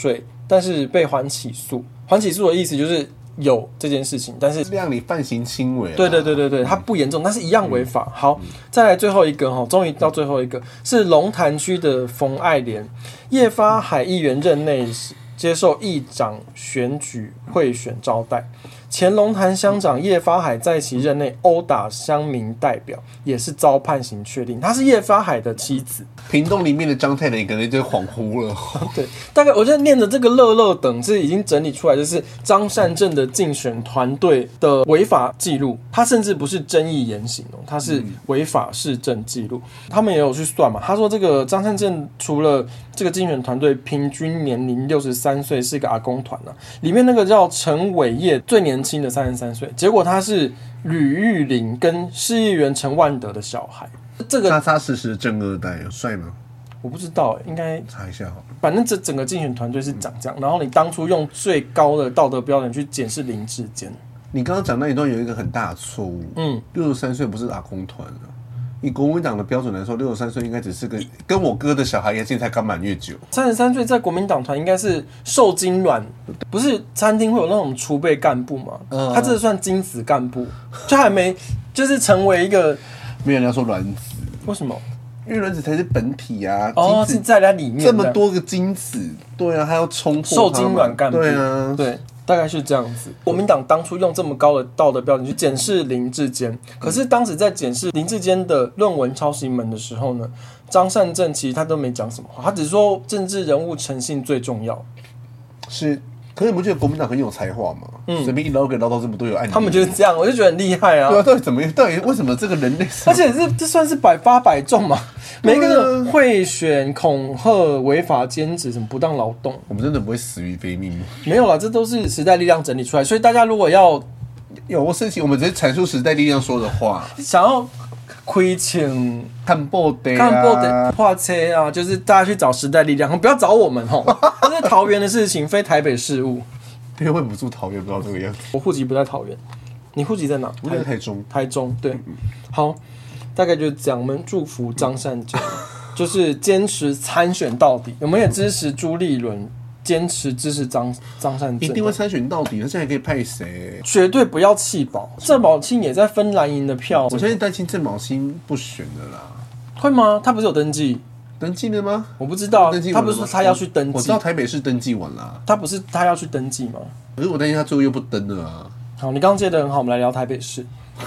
但是被缓起诉。缓起诉的意思就是有这件事情，但是让你犯行轻微。 对，它不严重，但是一样违法。好，再来最后一个哈，终于到最后一个是龙潭区的冯爱莲，叶发海议员任内接受议长选举贿选招待。前龙潭乡长叶发海在其任内殴打乡民代表，也是遭判刑确定。他是叶发海的妻子。 屏东里面的张太雷可能就恍惚了。 对，大概我觉得念的这个乐乐等是已经整理出来，就是张善政的竞选团队的违法记录。他甚至不是争议言行哦，他是违法市政记录。他们也有去算嘛，他说这个张善政除了这个竞选团队平均年龄63岁，是一个阿公团啊，里面那个叫陈伟业最年轻的33岁，结果他是吕玉玲跟市议员陈万德的小孩。这个扎扎实实的正二代，帅吗？ 我不知道，应该查一下好了。 反正这整个竞选团队是长这样，然后你当初用最高的道德标准去检视林志坚。 你刚刚讲那一段有一个很大的错误，63岁不是阿公团啊。以国民党的标准来说，63岁应该只是跟我哥的小孩一样，现在才刚满月酒。 33岁在国民党团应该是受精卵，不是餐厅会有那种储备干部嘛？他这算精子干部，就还没就是成为一个。 没有人要说卵子， 为什么？ 因为卵子才是本体啊。 哦，是在它里面这么多个精子，对啊，还要冲破受精卵干部， 对啊， 对。大概是这样子。国民党当初用这么高的道德标准去检视林志坚，可是当时在检视林志坚的论文抄袭门的时候呢，张善政其实他都没讲什么话，他只说政治人物诚信最重要。 是，可是你不觉得国民党很有才华吗？随便一捞给捞到这么多有案例， 他们就是这样，我就觉得很厉害啊。 对啊，到底为什么这个人类？ 而且这算是百发百中嘛，每一个人贿选、恐吓、违法兼职、什么不当劳动， 我们真的不会死于非命吗？ 没有啦，这都是时代力量整理出来，所以大家如果要有我事情，我们只是阐述时代力量说的话， 想要亏钱。 看报的画车啊，就是大家去找时代力量，不要找我们吼，这是桃园的事情，非台北事务。 因为我不住桃园，不知道这个样子。 我户籍不在桃园，你户籍在哪？ 我在台中。 台中，对。好，大概就是这样。我们祝福张善政，就是坚持参选到底。我们也支持朱立伦，坚持支持张善政， 一定会参选到底。他现在可以派谁？ 绝对不要弃保。郑宝清也在分蓝营的票， 我现在担心郑宝清不选了啦。 会吗？他不是有登记？ 登记了吗？ 我不知道，他不是说他要去登记？ 我知道台北市登记完了， 他不是他要去登记吗？ 可是我担心他最后又不登了啊。 好，你刚刚接得很好，我们来聊台北市。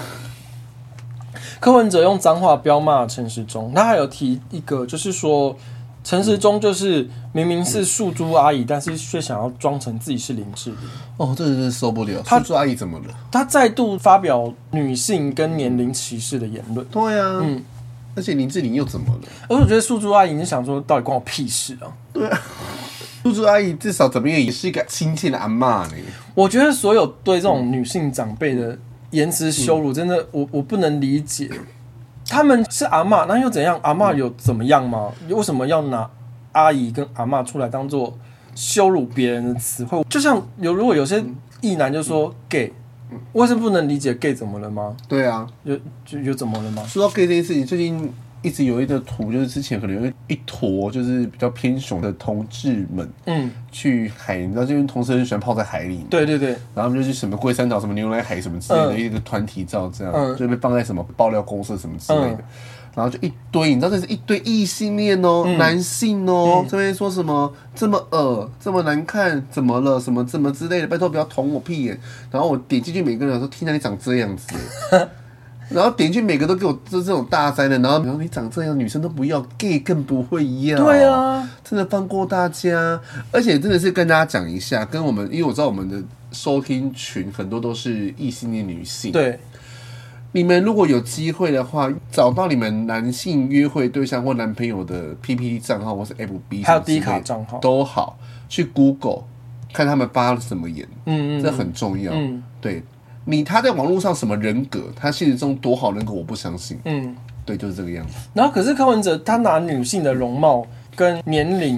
柯文哲用脏话彪骂陈时中，他还有提一个，就是说陈时中就是明明是素珠阿姨，但是却想要装成自己是林志玲。 哦，这真是受不了！素珠阿姨怎么了？ 他再度发表女性跟年龄歧视的言论。 对啊，而且林志玲又怎么了？ 而我觉得素珠阿姨，你就想说，到底关我屁事啊？ 对啊，素珠阿姨至少怎么样也是一个亲切的阿嬷呢。 我觉得所有对这种女性长辈的言辞羞辱，真的我不能理解。他们是阿嬷，那又怎样？阿嬷有怎么样吗？为什么要拿阿姨跟阿嬷出来当做羞辱别人的词汇？就像如果有些异男就说 gay。我是不能理解 gay 怎么了吗？ 对啊， 有怎么了吗？ 说到 gay 这件事情，最近一直有一个图，就是之前可能有一坨就是比较偏雄的同志们，去海，你知道这边同事很喜欢泡在海里， 对，然后他们就去什么龟山岛、什么牛奶海什么之类的一个团体照，这样就被放在什么爆料公社什么之类的。然后就一堆，你知道这是一堆异性恋哦，男性哦，这边说什么这么恶，这么难看，怎么了？什么怎么之类的，拜托不要捅我屁眼。然后我点进去，每个人说：“天哪，你长这样子。”然后点进去，每个都给我这种大灾的。然后你长这样，女生都不要 ，gay 更不会要。 对啊， 真的放过大家。而且真的是跟大家讲一下，跟我们，因为我知道我们的收听群很多都是异性恋女性， 对。 你们如果有机会的话，找到你们男性约会对象或男朋友的 PPT 账号或是 FB， 还有 D 卡账号都好，去 Google 看他们发了什么言，这很重要。对他在网络上什么人格，他现实中多好人格，我不相信。对，就是这个样子。 然后可是柯文哲他拿女性的容貌跟年龄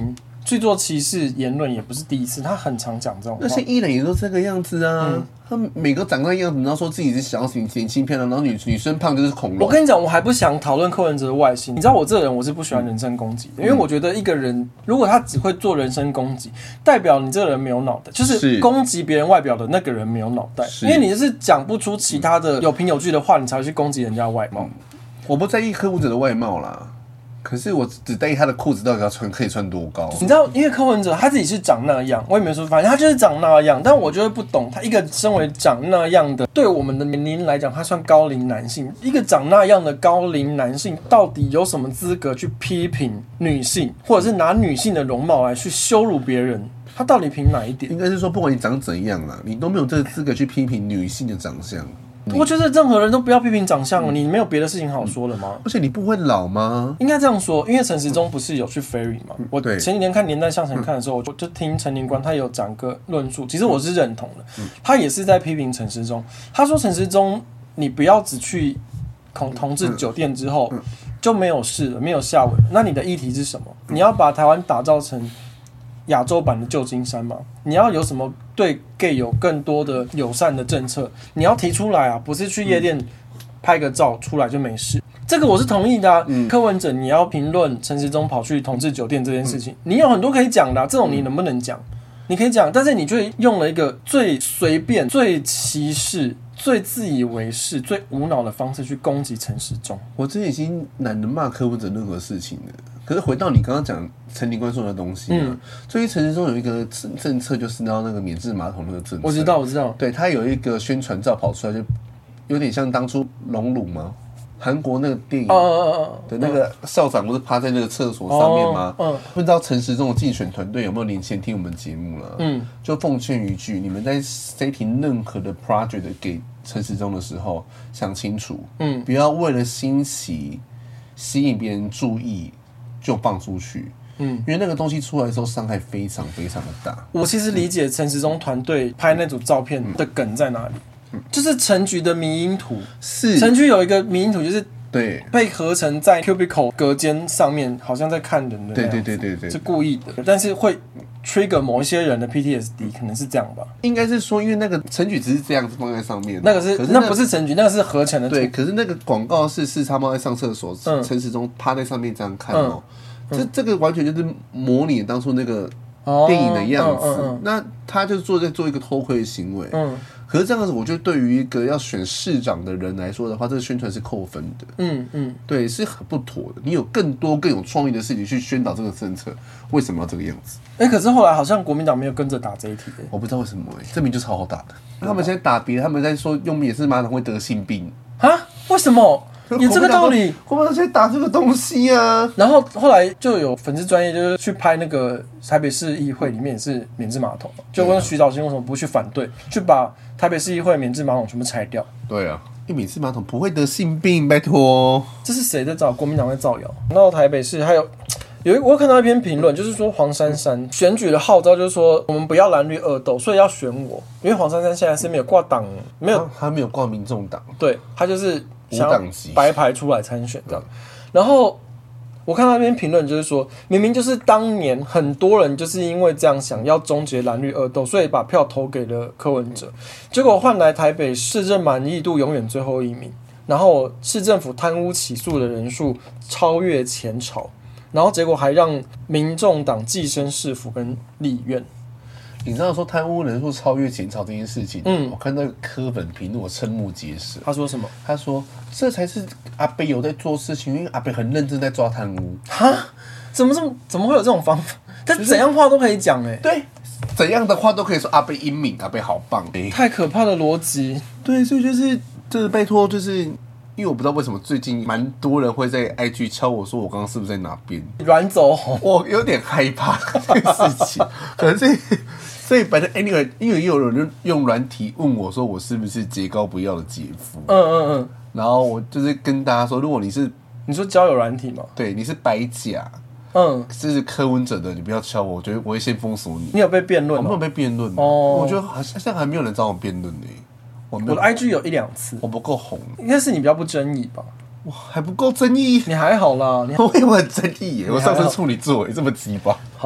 去做歧视言论也不是第一次，他很常讲这种话。 那些艺人也都这个样子啊，他们每个长那样子，然后说自己是小年轻漂亮，然后女生胖就是恐龙。 我跟你讲，我还不想讨论柯文哲的外形。你知道我这个人我是不喜欢人身攻击的，因为我觉得一个人如果他只会做人身攻击，代表你这个人没有脑袋，就是攻击别人外表的那个人没有脑袋，因为你就是讲不出其他的有凭有据的话，你才会去攻击人家的外貌。 我不在意柯文哲的外貌啦。可是我只在意他的裤子到底要可以穿多高。 你知道，因为柯文哲他自己是长那样，我也没说，反正他就是长那样。但我就会不懂，他一个身为长那样的，对我们的年龄来讲，他算高龄男性。一个长那样的高龄男性，到底有什么资格去批评女性，或者是拿女性的容貌来去羞辱别人？他到底凭哪一点？ 应该是说，不管你长怎样啦，你都没有这个资格去批评女性的长相。 我觉得任何人都不要批评长相，你没有别的事情好说了吗？ 而且你不会老吗？ 应该这样说，因为陈时中不是有去 ferry 嘛？我前几天看《年代向前看》的时候，我就听陈宁官他有讲个论述，其实我是认同的。他也是在批评陈时中，他说陈时中你不要只去同志酒店之后就没有事了，没有下文。那你的议题是什么？你要把台湾打造成亚洲版的旧金山嘛？你要有什么对 gay 有更多的友善的政策？你要提出来啊，不是去夜店拍个照出来就没事。这个我是同意的啊。柯文哲你要评论陈时中跑去同志酒店这件事情，你有很多可以讲的啊，这种你能不能讲？你可以讲，但是你却用了一个最随便、最歧视、最自以为是、最无脑的方式去攻击陈时中。 我真的已经懒得骂柯文哲任何事情了。可是回到你刚刚讲陈林官说的东西啊，最近陈时中有一个政策，就是那个免治马桶那个政策。 我知道。 对，他有一个宣传照跑出来，就有点像当初隆乳嘛，韩国那个电影的那个校长不是趴在那个厕所上面吗？不知道陈时中的竞选团队有没有连线听我们节目了？就奉劝一句，你们在 setting 任何的 project 给陈时中的时候，想清楚，不要为了新奇吸引别人注意就放出去。因为那个东西出来的时候伤害非常非常的大。我其实理解陈时中团队拍那组照片的梗在哪里，就是陈菊的迷因图。是陈菊有一个迷因图，就是对被合成在 cubicle 隔间上面，好像在看人的那样子。对，是故意的，但是会 trigger 某一些人的 PTSD， 可能是这样吧。 应该是说，因为那个陈菊只是这样子放在上面， 那不是陈菊，那个是合成的图。 对，可是那个广告是他妈在上厕所，陈时中趴在上面这样看哦。这个完全就是模拟当初那个电影的样子，那他就在做一个偷窥的行为。可是这样子，我觉得对于一个要选市长的人来说的话，这个宣传是扣分的。对，是很不妥的。你有更有创意的事情去宣导这个政策，为什么要这个样子？ 可是后来好像国民党没有跟着打这一题。 我不知道为什么这名就超好打的。他们现在打别人，他们在说用免治马桶会得性病啊？为什么？有这个道理， 国民党在打这个东西啊。 然后后来就有粉丝专业就是去拍那个台北市议会里面也是免治马桶，就问徐导新为什么不去反对，去把台北市议会免治马桶全部拆掉。 对啊，因为免治马桶不会得性病，拜托。 这是谁在造？国民党在造谣。然后台北市还有我看到一篇评论，就是说黄珊珊选举的号召就是说我们不要蓝绿恶斗，所以要选我，因为黄珊珊现在是没有挂党， 他没有挂民众党， 对他就是想要白牌出来参选这样。然后我看到那篇评论就是说，明明就是当年很多人就是因为这样想要终结蓝绿恶斗，所以把票投给了柯文哲，结果换来台北市政满意度永远最后一名，然后市政府贪污起诉的人数超越前朝，然后结果还让民众党跻身市府跟立院。 你知道说贪污人数超越前朝这件事情，我看到柯粉评论我瞠目结舌。 他说什么？ 他说这才是阿北有在做事情，因为阿北很认真在抓贪污。 哈？怎么会有这种方法？他怎样话都可以讲对，怎样的话都可以说阿北英明，阿北好棒太可怕的逻辑。 对，所以就是拜托，就是因为我不知道为什么最近蛮多人会在 IG 敲我说我刚刚是不是在哪边软走红， 我有点害怕这个事情，可能是。所以反正 anyway， 因为有人用软体问我说我是不是节高不要的姐夫，然后我就是跟大家说，如果你说交友软体吗？ 对，你是白甲，这是柯文哲的，你不要敲我，我觉得我会先封锁你。 你有被辩论？ 我没有被辩论，我觉得好像还没有人找我辩论呢。 我的 IG 有1-2次， 我不够红， 应该是你比较不争议吧？ 我还不够争议， 你还好啦， 我以为很争议耶，我上次处女座这么鸡巴。 好，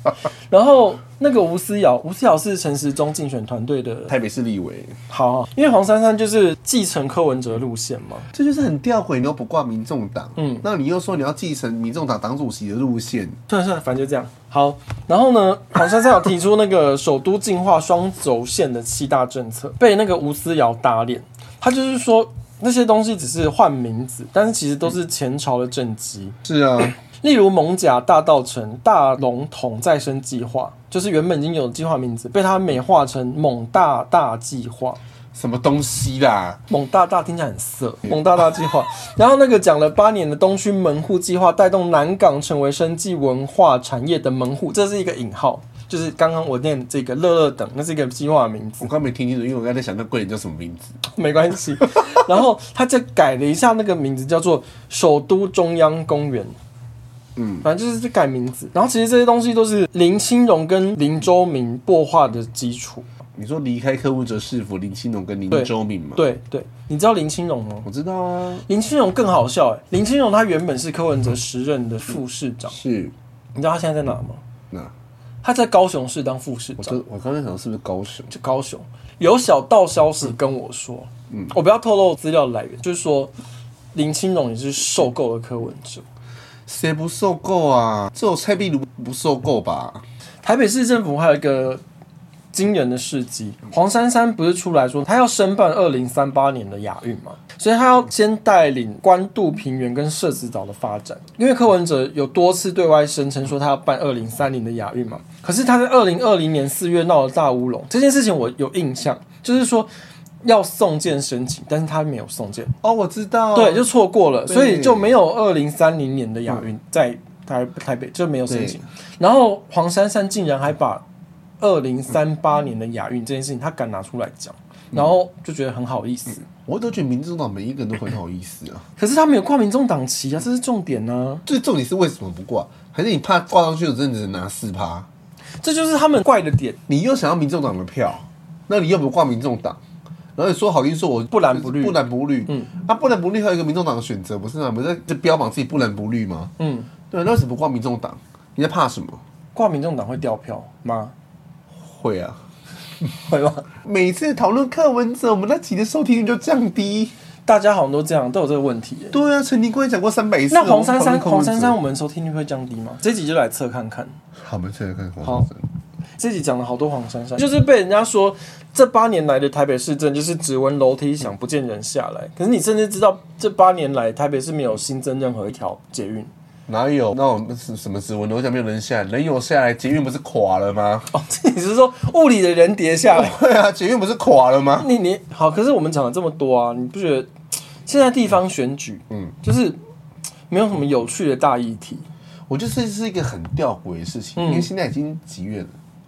然后那个吴思瑶是陈时中竞选团队的台北市立委。 好，因为黄珊珊就是继承柯文哲路线嘛， 这就是很吊诡，你又不挂民众党，那你又说你要继承民众党党主席的路线， 算了，反正就这样。好，然后呢，黄珊珊有提出那个首都进化双轴线的7大政策，被那个吴思瑶打脸。他就是说那些东西只是换名字，但是其实都是前朝的政绩。 是啊， 例如艋舺大稻埕大龙峒再生计划，就是原本已经有计划名字，被他美化成猛大大计划。 什么东西啦？ 猛大大听起来很色，猛大大计划。然后那个讲了8年的东区门户计划，带动南港成为生技文化产业的门户，这是一个引号。就是刚刚我念这个乐乐等，那是一个计划的名字。 我刚没听清楚，因为我刚才在想那贵人叫什么名字。 没关系。然后他再改了一下那个名字，叫做首都中央公园。反正就是改名字。然后其实这些东西都是林清荣跟林周明擘画的基础。 你说离开柯文哲市府，林清荣跟林周明吗？ 对，你知道林清荣吗？ 我知道啊。 林清荣更好笑林清荣他原本是柯文哲10任的副市长。 是。 你知道他现在在哪吗？ 哪？ 他在高雄市当副市长。 我刚才想是不是高雄？ 就高雄。有小道消息跟我说，我不要透露资料来源，就是说林清荣也是受够了柯文哲。 谁不受够啊？只有蔡壁如不受够吧？ 台北市政府还有一个惊人的事迹，黄珊珊不是出来说她要申办2038年的亚运嘛，所以她要先带领关渡平原跟社子岛的发展。因为柯文哲有多次对外声称说他要办2030的亚运嘛，可是他在2020年4月闹了大乌龙，这件事情我有印象，就是说要送件申请，但是他没有送件。 哦，我知道， 对，就错过了，所以就没有2030年的亚运在台北就没有申请。然后黄珊珊竟然还把2038年的亚运这件事情，他敢拿出来讲，然后就觉得很好意思。 我都觉得民众党每一个人都很好意思啊， 可是他没有挂民众党旗啊，这是重点啊。 最重点是为什么不挂？还是你怕挂上去，我真的只能拿4%？ 这就是他们怪的点。 你又想要民众党的票，那你又不挂民众党，然后你说好听说我不蓝不绿， 不蓝不绿，不蓝不绿还有一个民众党的选择，不是吗？不是在标榜自己不蓝不绿吗？对，那为什么不挂民众党？你在怕什么？ 挂民众党会掉票吗？ 会啊， 会吗？ 每次讨论柯文哲，我们那集的收听率就降低。 大家好像都这样，都有这个问题。 对啊，陈立圭讲过300次。 那黄珊珊，我们收听率会降低吗？这集就来测看看。 好，我们测看黄珊珊。 这集讲了好多黄珊珊，就是被人家说这8年来的台北市政就是只闻楼梯响，不见人下来。可是你甚至知道，这8年来台北市没有新增任何一条捷运。 哪有那种什么指纹楼下没有人下来，人有下来，捷运不是垮了吗？ 哦，你是说物理的人跌下来？ 对啊，捷运不是垮了吗？ 你好，可是我们讲了这么多啊，你不觉得现在地方选举，就是没有什么有趣的大议题？ 我觉得这是一个很吊诡的事情，因为现在已经几月了？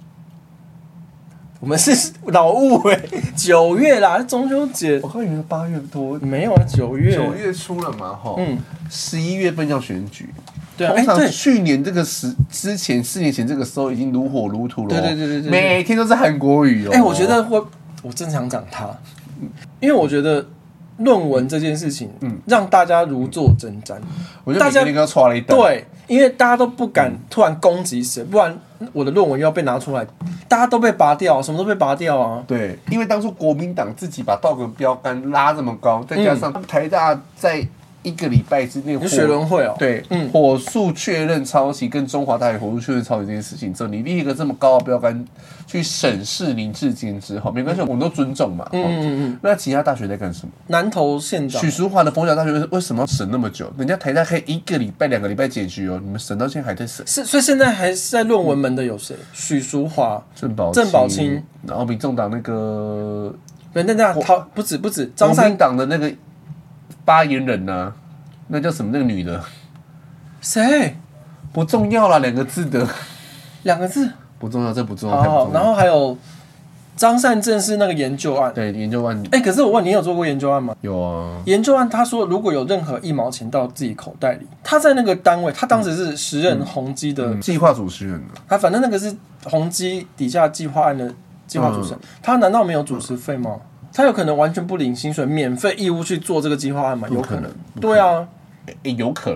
我们是老误9月啦，中秋节。 我刚以为8月多， 没有啊，9月。 9月初了嘛，11月份要选举。 对啊， 通常去年这个之前4年前这个时候已经如火如荼了， 对， 每天都是韩国语我觉得我正想讲他，因为我觉得论文这件事情，让大家如坐针毡。 我觉得每个人都要刷了一档。 对，因为大家都不敢突然攻击谁，不然我的论文又要被拿出来，大家都被拔掉，什么都被拔掉啊。 对，因为当初国民党自己把道格标杆拉这么高，再加上台大在1个礼拜之内学伦会哦， 对，火速确认抄袭，跟中华大学火速确认抄袭这件事情之后，你立一个这么高的标杆去审视林志坚之后，没关系，我们都尊重嘛。那其他大学在干什么？ 南投县长许淑华的逢甲大学为什么要审那么久？人家台大可以1个礼拜、2个礼拜解决哦，你们审到现在还在审。 所以现在还是在论文门的有谁？许淑华、郑宝清， 然后民众党那个， 不止，张善民党的那个发言人呢？那叫什么？那个女的， 谁？ 不重要啦，2个字的 ，2个字不重要，这不重要。 好，然后还有张善政是那个研究案， 对，研究案。 可是我问你，有做过研究案吗？ 有啊。 研究案他说，如果有任何1毛钱到自己口袋里，他在那个单位，他当时是时任宏基的计划主持人他反正那个是宏基底下计划案的计划主持人，他难道没有主持费吗？他有可能完全不领薪水，免费义务去做这个计划案吗？有可能。对啊， 有可能哦。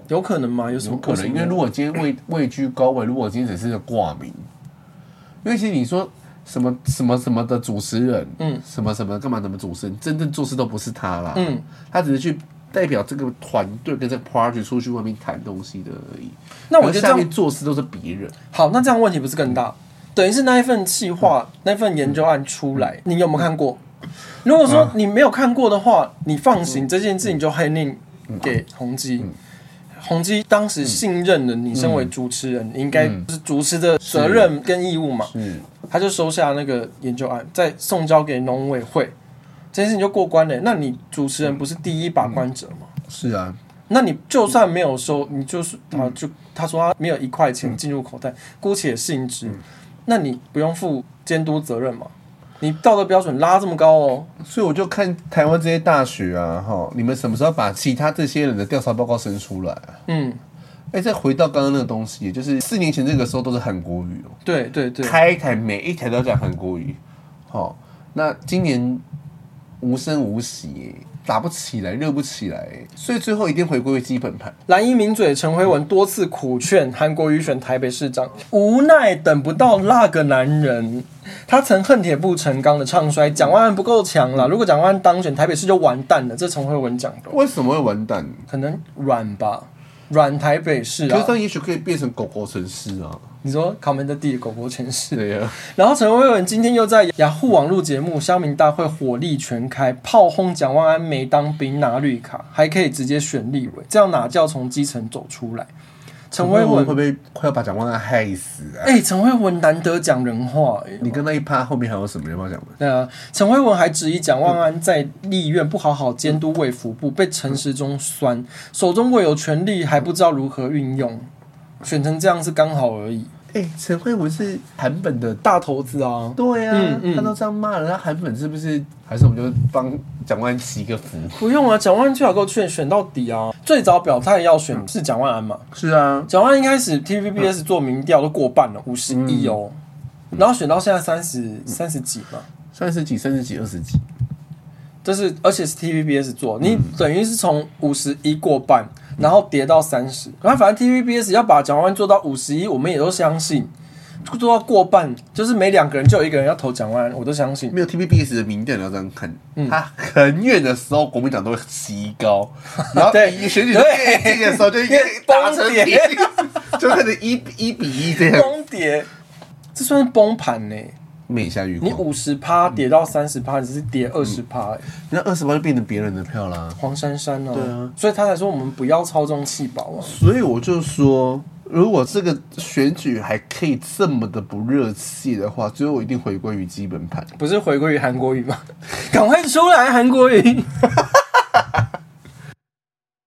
有可能吗？有什么可能？因为如果今天位居高位，如果今天只是个挂名，因为其实你说什么的主持人，什么干嘛主持人，真正做事都不是他啦，他只是去代表这个团队跟这个 party 出去外面谈东西的而已。 那我觉得这样下面做事都是别人。 好，那这样问题不是更大？等于是那一份企划、那份研究案出来，你有没有看过？如果说你没有看过的话，你放行这件事情就handing给宏基。宏基当时信任了你身为主持人，应该是主持的责任跟义务嘛，他就收下那个研究案，再送交给农委会，这件事情就过关了。那你主持人不是第一把关者吗？ 是啊， 那你就算没有收，你就是他说他没有1块钱进入口袋，姑且信之，那你不用负监督责任嘛？你道德标准拉这么高哦， 所以我就看台湾这些大学啊，你们什么时候把其他这些人的调查报告生出来啊？再回到刚刚那个东西，就是4年前这个时候都是韩国语哦。 对对对， 开一台每一台都要讲韩国语，那今年无声无息，打不起来，热不起来，所以最后一定回归基本盘。 蓝营名嘴陈辉文多次苦劝韩国瑜选台北市长，无奈等不到那个男人。他曾恨铁不成钢的唱衰蒋万安不够强啦，如果蒋万安当选台北市就完蛋了，这陈辉文讲的。 为什么会完蛋？ 可能软吧，软台北市啊。 可是这也许可以变成狗狗城市啊。 你说卡门的地狗狗城市， 对呀。 然后陈辉文今天又在雅虎网络节目《乡民大会》火力全开，炮轰蒋万安没当兵拿绿卡，还可以直接选立委，这样哪叫从基层走出来？陈辉文会不会快要把蒋万安害死啊？ 陈辉文难得讲人话你跟那一趴后面还有什么要不要讲的？ 对啊，陈辉文还质疑蒋万安在立院不好好监督卫福部，被陈时中酸，手中握有权力还不知道如何运用，选成这样是刚好而已。 陈慧文是韩本的大头子啊， 对啊，他都这样骂了，那韩本是不是？还是我们就帮蒋万安祈个福？ 不用啊，蒋万安最好给我选到底啊！最早表态要选是蒋万安嘛？ 是啊， 蒋万安一开始 TVBS 做民调都过半了，51哦，然后选到现在30几嘛 ，30几、20几， 而且是 TVBS 做，你等于是从51过半，然后跌到30，然后反正 TVBS 要把蒋万安做到51，我们也都相信。做到过半，就是每2个人就有1个人要投蒋万安，我都相信。 没有 TVBS 的民调你要这样看，他很远的时候，国民党都会极高，然后选举越近的时候就越打成平，就可能1比1这样崩跌，这算是崩盘呢。 没下雨， 你50%跌到30%，只是跌20%， 那20%就变成别人的票啦。 黄珊珊啊， 对啊， 所以他才说我们不要操纵弃保啊。 所以我就说。如果这个选举还可以这么的不热气的话，最后一定回归于基本盘， 不是回归于韩国瑜吗？赶快出来，韩国瑜！